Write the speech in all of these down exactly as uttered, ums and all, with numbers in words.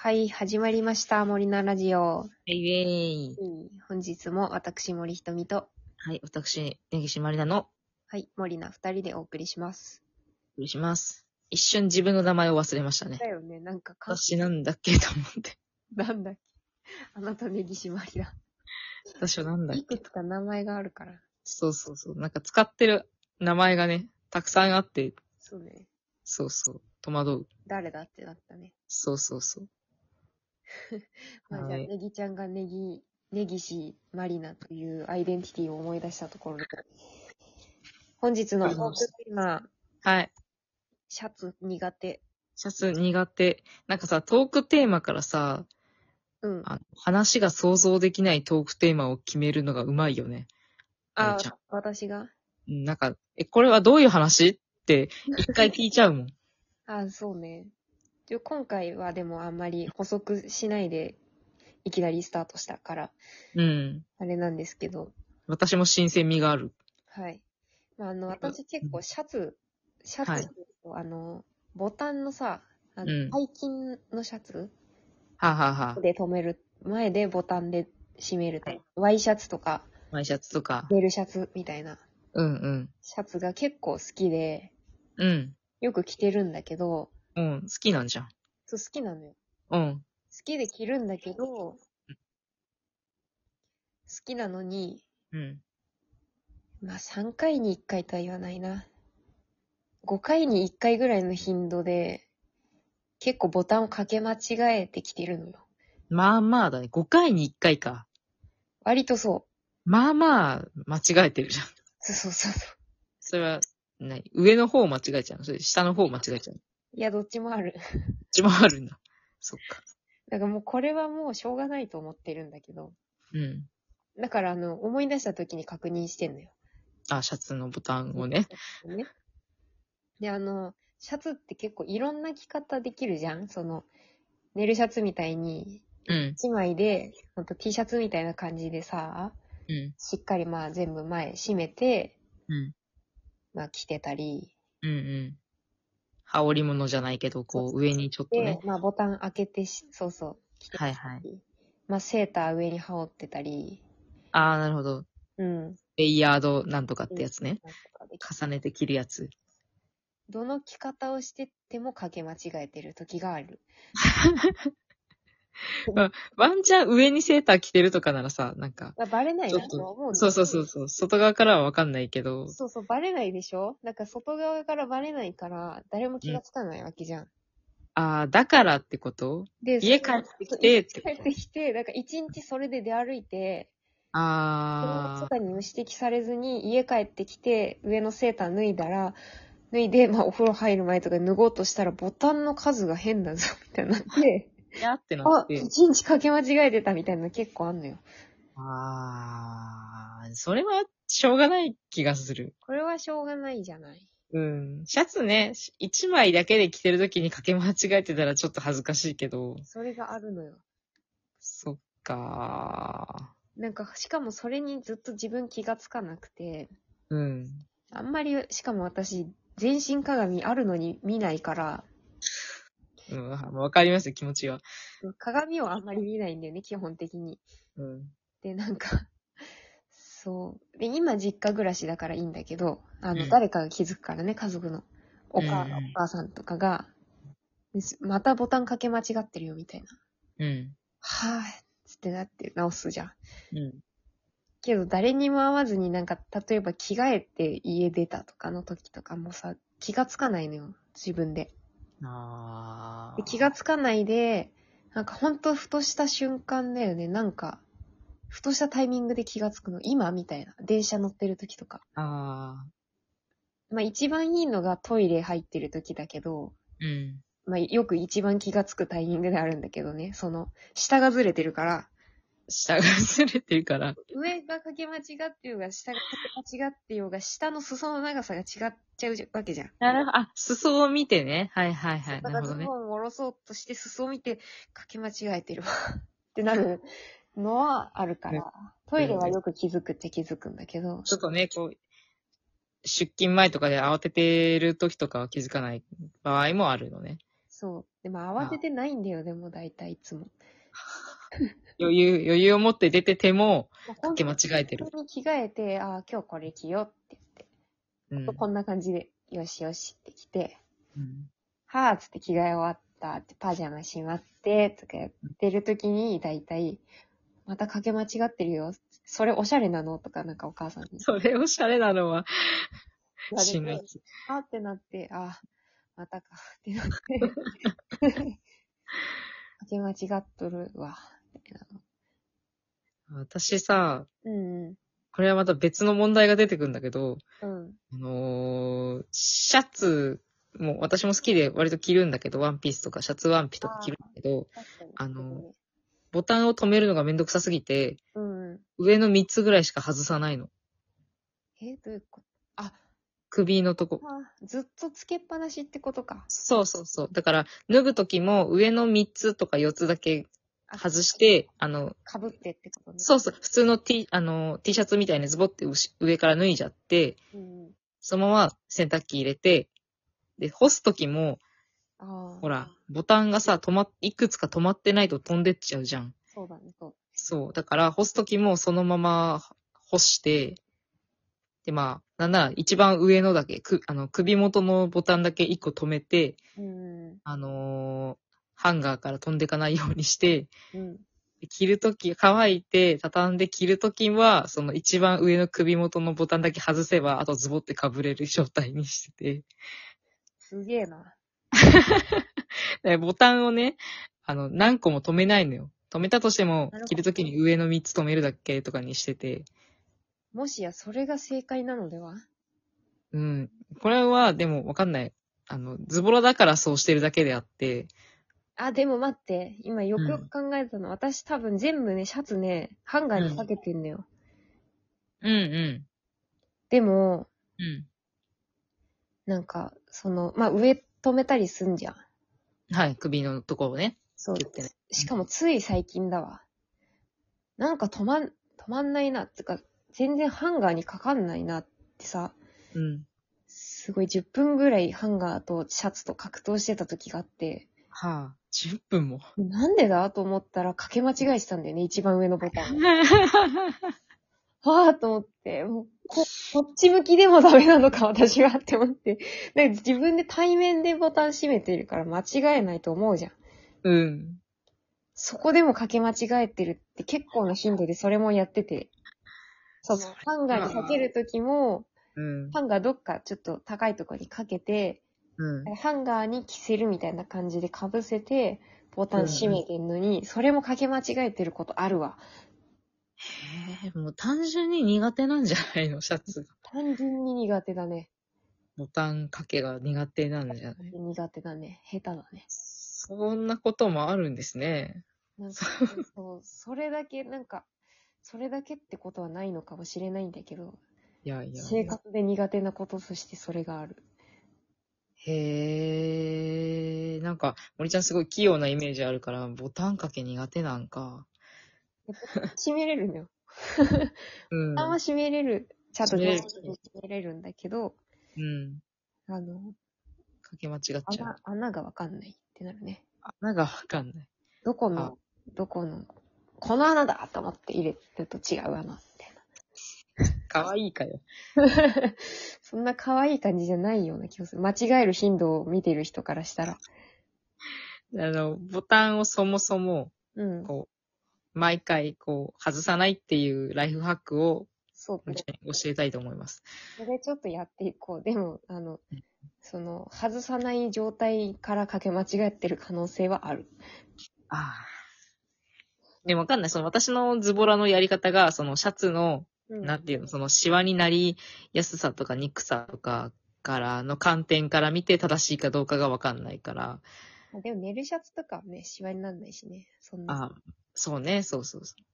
はい、始まりました。森菜ラジオ。 イェイ。 うん本日も私、森ひとみと、 はい、私、根岸まりなの、 はい、森菜二人でお送りします。 お願いします。一瞬自分の名前を忘れましたね。 だよね、なんかか、 私なんだっけと思って。 なんだっけ。あなた根岸まりだ。 私はなんだっいくけ。 つか名前があるから。 そうそうそう。なんか使ってる名前がね、たくさんあって、 そうね。 そうそう。戸惑う。 誰だってなったね。 そうそうそう。 まあじゃあ、 はい。 ネギちゃんがネギ、根岸まりなというアイデンティティを思い出したところで、本日のトークテーマ、 はい。 シャツ苦手。 シャツ苦手。なんかさ、トークテーマからさ、 うん。 あの話が想像できないトークテーマを決めるのがうまいよね。まりあ、 ちゃん。 私がうんなんか、え、これはどういう話って一回聞いちゃうもん。 あ、そうね。で今回はでもあんまり補足しないでいきなりスタートしたから、 うん。 あれなんですけど、 私も新鮮味がある。 はい。まあ、あの、私結構うんシャツ、シャはい。 ツっていうと、あの、ボタンのさ、あの、 うん。 背筋のシャツはあ、はあはあ、 で留める、前でボタンで締めるタはい。 イプ。ワイシャツとか、 ワイシャツとか。 ベルシャツみたいなうんうん。 シャツが結構好きで、 うん。 よく着てるんだけど、 うん。好きなんじゃん。 そう好きなのよ。 うん。 好きで着るんだけど、好きなのに、 うん。 まあさんかいにいっかいとは言わないな。ごかいにいっかいぐらいの頻度で、結構ボタンをかけ間違えてきてるのよ。 まあまあだね。ごかいにいっかいか。 割とそう。 まあまあ、間違えてるじゃん。 そうそうそうそう。 それは、何上の方を間違えちゃうのそれ下の方を間違えちゃうのどっいや、どっちもある。 ちもあるんだ。そっか。 だからもうこれはもうしょうがないと思ってるんだけど。 うん。 だからあの、思い出した時に確認してんのよ。 あ、シャツのボタンをね。 ね。で、あの、シャツって結構いろんな着方できるじゃんその、ネルシャツみたいに、 うん。 一枚で、ほんと T シャツみたいな感じでさ、 うん。 しっかりまあ全部前締めて、 うん。 まあ着てたり、 うんうん。羽織物じゃないけど、こう、上にちょっとで、 ね。 まあボタン開けてし、そうそう、着てはいはい。 たり、まあセーター上に羽織ってたり、 ああ、なるほど。 うん。 レイヤードなんとかっっていうてやつね。 のとかで重ねて着るやつ。 どの着方をしててもかけ間違えてる時がある。 まあワンチャン上にセーター着てるとかならさ、なんか、 バレないちょっと、 なと思うんだそうそうそうそう、外側からはわかんないけど、 そうそう、バレないでしょなんか外側からバレないから、誰も気がうん。 つかないわけじゃん。 ああ、だからってことで、それ家帰ってきそう家帰ってってことてきて、なんか一日それで出歩いて、友達とあかにも指摘されずに、家帰ってきて、上のセーター脱いだら、脱いで、まあお風呂入る前とかに脱ごうとしたら、ボタンの数が変だぞ、みたいになって、 ー、やってなっあ、 て、 一日かけ間違えてたみたいなの結構あんのよ。 ああ、それはしょうがない気がする。 これはしょうがないじゃない。 うん。シャツね、一枚だけで着てるときにかけ間違えてたらちょっと恥ずかしいけど、 それがあるのよ。 そっかなんか、しかもそれにずっと自分気がつかなくて、 ー。うん。 あんまり、しかも私、全身鏡あるのに見ないから、 うん、わかりますよ、気持ちは。 鏡をあんまり見ないんだよね、基本的に。 うん。 で、なんか、そう。で、今実家暮らしだからいいんだけど、あの、 うん。 誰かが気づくからね、家族の。おうん。 母、お母さんとかが、またボタンかけ間違ってるよ、みたいな。 うん。 はぁ、つってなって直すじゃん。 うん。 けど誰にも会わずになんか、例えば着替えて家出たとかの時とかもさ、気がつかないのよ、自分で。 ああ。 で気がつかないで、なんかほんとふとした瞬間だよね、なんか、ふとしたタイミングで気がつくの。今みたいな。電車乗ってる時とか。 ああ。 まあ一番いいのがトイレ入ってる時だけど、 うん。 まあよく一番気がつくタイミングであるんだけどね、その、下がずれてるから、 下がずれてるから。 上がかけ間違ってようが、下がかけ間違ってようが、下の裾の長さが違っちゃうわけじゃん。 なるほど。あ、裾を見てね。はいはいはい。 だからズなるほどね。 ボンを下ろそうとして裾を見て、かけ間違えてるわってなるのはあるから、トイレはよく気づくって気づくんだけど、 ちょっとね、こう、出勤前とかで慌ててる時とかは気づかない場合もあるのね。 そう。でも慌ててないんだよ、でも大体いつも。 余裕、余裕を持って出てても、 まあ、 かけ間違えてる。 本当に着替えて、ああ、今日これ着ようって言って、 うん。 こんな感じで、よしよしって着て、 うん。 はぁ、つって着替え終わったってパジャマしまって、とかやってる時に、だいたい、またかけ間違ってるよ。それおしゃれなのとか、なんかお母さんにそれおしゃれなのは、 言われて、 辛辣。 あーってなって、あ、またかってなって、かけ間違っとるわ、みたいな。 私さ、 うんうこれはまた別の問題が出てくるんだけど、 ん。うん。 あのーシャツも私も好きで割と着るんだけど、ワンピースとかシャツワンピとか着るんだけど、 確かに。 あのーね、 ボタンを止めるのがめんどくさすぎて、 うんうん。 上のみっつぐらいしか外さないの。 え、どういうことあ、 首のとこ。 あ、ずっとつけっぱなしってことか。 そうそうそう。だから、脱ぐときも上のみっつとかよっつだけあ、 外して、あの、 かぶってってことね。 そうそう、普通の T、あの、T シャツみたいなズボって上から脱いじゃって、 うんうん。 そのまま洗濯機入れて、で、干すときも、 ああ、 ほら、ボタンがさ、止ま、いくつか止まってないと飛んでっちゃうじゃん。 そうだね、そうそう。だから、干すときもそのまま干して、で、まあ、なんなら一番上のだけ、く、あの、首元のボタンだけいっこ止めて、 だ。うんうあのーハンガーから飛んでかないようにして、 ん。うん。 着るとき、乾いて、畳んで着るときは、その一番上の首元のボタンだけ外せば、あとズボって被れる状態にしてて。 すげえな。 でボタンをね、あの、何個も止めないのよ。止めたとしてもなる、ほど。 着るときに上のみっつ止めるだけとかにしてて。 もしやそれが正解なのでは？ うん。これは、でもわかんない。あの、ズボラだからそうしてるだけであって、 あ、でも待って。今よくよくうん。 考えたの。私多分全部ね、シャツね、ハンガうん。 ーにかけてんのよ。 うんうでも、 ん。うん。 なんか、その、まあ、上止めたりすんじゃん。 はい、首のところね。 そうギュッてね。 しかもつい最近だわ。なんか止まん、止まんないなってか、全然ハンガーにかかんないなってさ、 うん。 すごいじゅっぷんぐらいハンガーとシャツと格闘してた時があって、 はあ、じゅっぷんも。 なんでだと思ったらかけ間違えてたんだよね、一番上のボタン。わーと思って、もうこ、こっち向きでもダメなのか、私はって思って。なんか自分で対面でボタン閉めてるから間違えないと思うじゃん。 うん。 そこでもかけ間違えてるって結構な頻度でそれもやってて、そのハンガーにかけるときも、 うん。 ハンガーどっかちょっと高いところにかけて、 うん。 ハンガーに着せるみたいな感じで被せて、ボタン閉めてんのに、それもかけ間違えてることあるわ。 へえ、もう単純に苦手なんじゃないの、シャツが。 単純に苦手だね。 ボタン掛けが苦手なんじゃない？ 苦手だね。下手だね。 そんなこともあるんですね。 なんか、そう、それだけ、なんか、それだけってことはないのかもしれないんだけど、 いやいやい生や。 活で苦手なこととしてそれがある。 へえ、なんか、森ちゃんすごい器用なイメージあるから、ボタン掛け苦手なんか。 閉めれるのよ。 うボタンはん。 閉めれる。ちゃんと閉めれる上手に閉めれるんだけど、 うん。 あの、 掛け間違っちゃう。 穴、穴がわかんないってなるね。 穴がわかんない。あ、 どこの、どこの、この穴だと思って入れると違う穴、みたいかわいいかよ。 な。そんな可愛い感じじゃないような気がする。間違える頻度を見てる人からしたら。 あの、ボタンをそもそも、 うん。 こう、毎回、こう、外さないっていうライフハックを、 そう森ちゃんに教えたいと思います。 それちょっとやっていこう。でも、あのうん、 その、外さない状態からかけ間違ってる可能性はある。 ああ。でもわかんない。その私のズボラのやり方が、そのシャツの、 うん。 なんていうの、そのシワになりやすさとか憎さとかからの観点から見て正しいかどうかがわかんないから。 でも、寝るシャツとかはね、シワになんないしね。そんな。 ああ、そうね、そうそうそ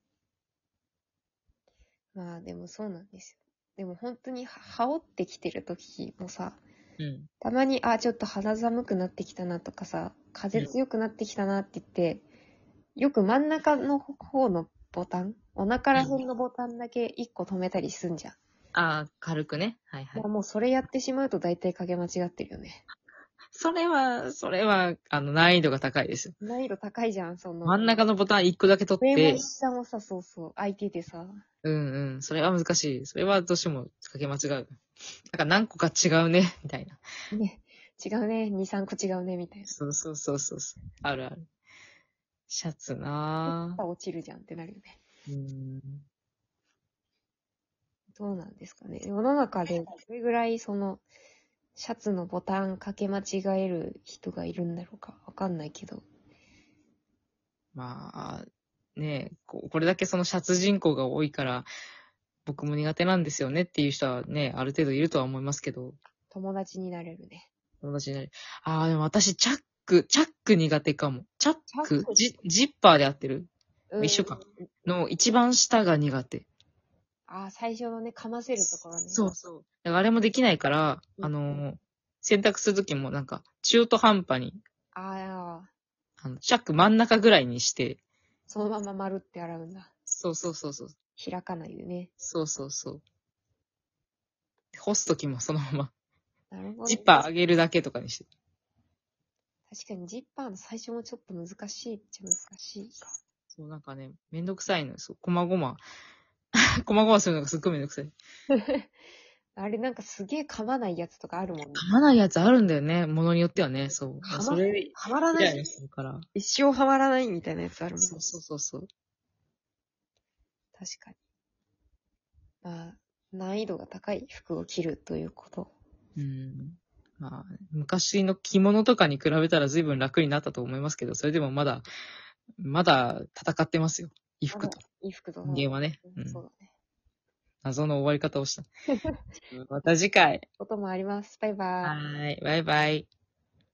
まあ、でもそうなんですよ。でも本当には羽織ってきてる時もさ、 う。うん。 たまに、あ、ちょっと肌寒くなってきたなとかさ、風うん強くなってきたなって言って、よく真ん中の方のボタン、お腹ら辺のボタンだけ一個止めたりすんじゃん。 ああ、軽くね。はいはい。 まあもうそれやってしまうと大体かけ間違ってるよね。 それは、それは、あの、難易度が高いですよ。 難易度高いじゃん、その。 真ん中のボタンいっこだけ取って上も、下もさ、そうそう、空いててさ。 うんうん。それは難しい。それはどうしてもかけ間違う。なんか何個か違うね、みたいな。 ね、違うね、に、さんこ違うね、みたいな。 そうそうそうそうそう。あるある。シャツなぁ。 落ちるじゃんってなるよね。 うーん。 どうなんですかね。世の中でどれぐらいその、シャツのボタンかけ間違える人がいるんだろうか。わかんないけど。 まあ、ねえ、ここれだけそのシャツ人口が多いから、僕も苦手なんですよねっていう人はね、ある程度いるとは思いますけど、 友達になれるね。 友達になる。ああ、でも私、チャック、チャック苦手かも。チャックチャックジジッパーで合ってるうん。 一緒か。の一番下が苦手。 ああ、最初のね、かませるところね。 そうそう。だからあれもできないから、 うんあのー、洗濯するときもなんか、中途半端に、 ああ、 あの、チャック真ん中ぐらいにして、 そのまま丸って洗うんだ。 そうそうそうそう。 開かないでね。 そうそうそう。干すときもそのまま、 なるほど、ね。 ジッパー上げるだけとかにして。 確かにジッパーの最初もちょっと難しいっちゃ難しいか。 そう、なんかね、めんどくさいのよ。そう、こまごま。こまごまするのがすっごいめんどくさい。 あれなんかすげえ噛まないやつとかあるもんね。 噛まないやつあるんだよね。ものによってはね。そう。 はまそれ、 はまらないイライラするから。 一生はまらないみたいなやつあるもん。 そうそうそうそう。 確かに。まあ、難易度が高い服を着るということ。 うん。まあ、昔の着物とかに比べたら随分楽になったと思いますけど、それでもまだ、まだ戦ってますよ。衣服と。 衣服と。 人間はね。うん。 そうだね。 謎の終わり方をした。また次回。 こともあります。バイバイ。 はーい。バイバイ。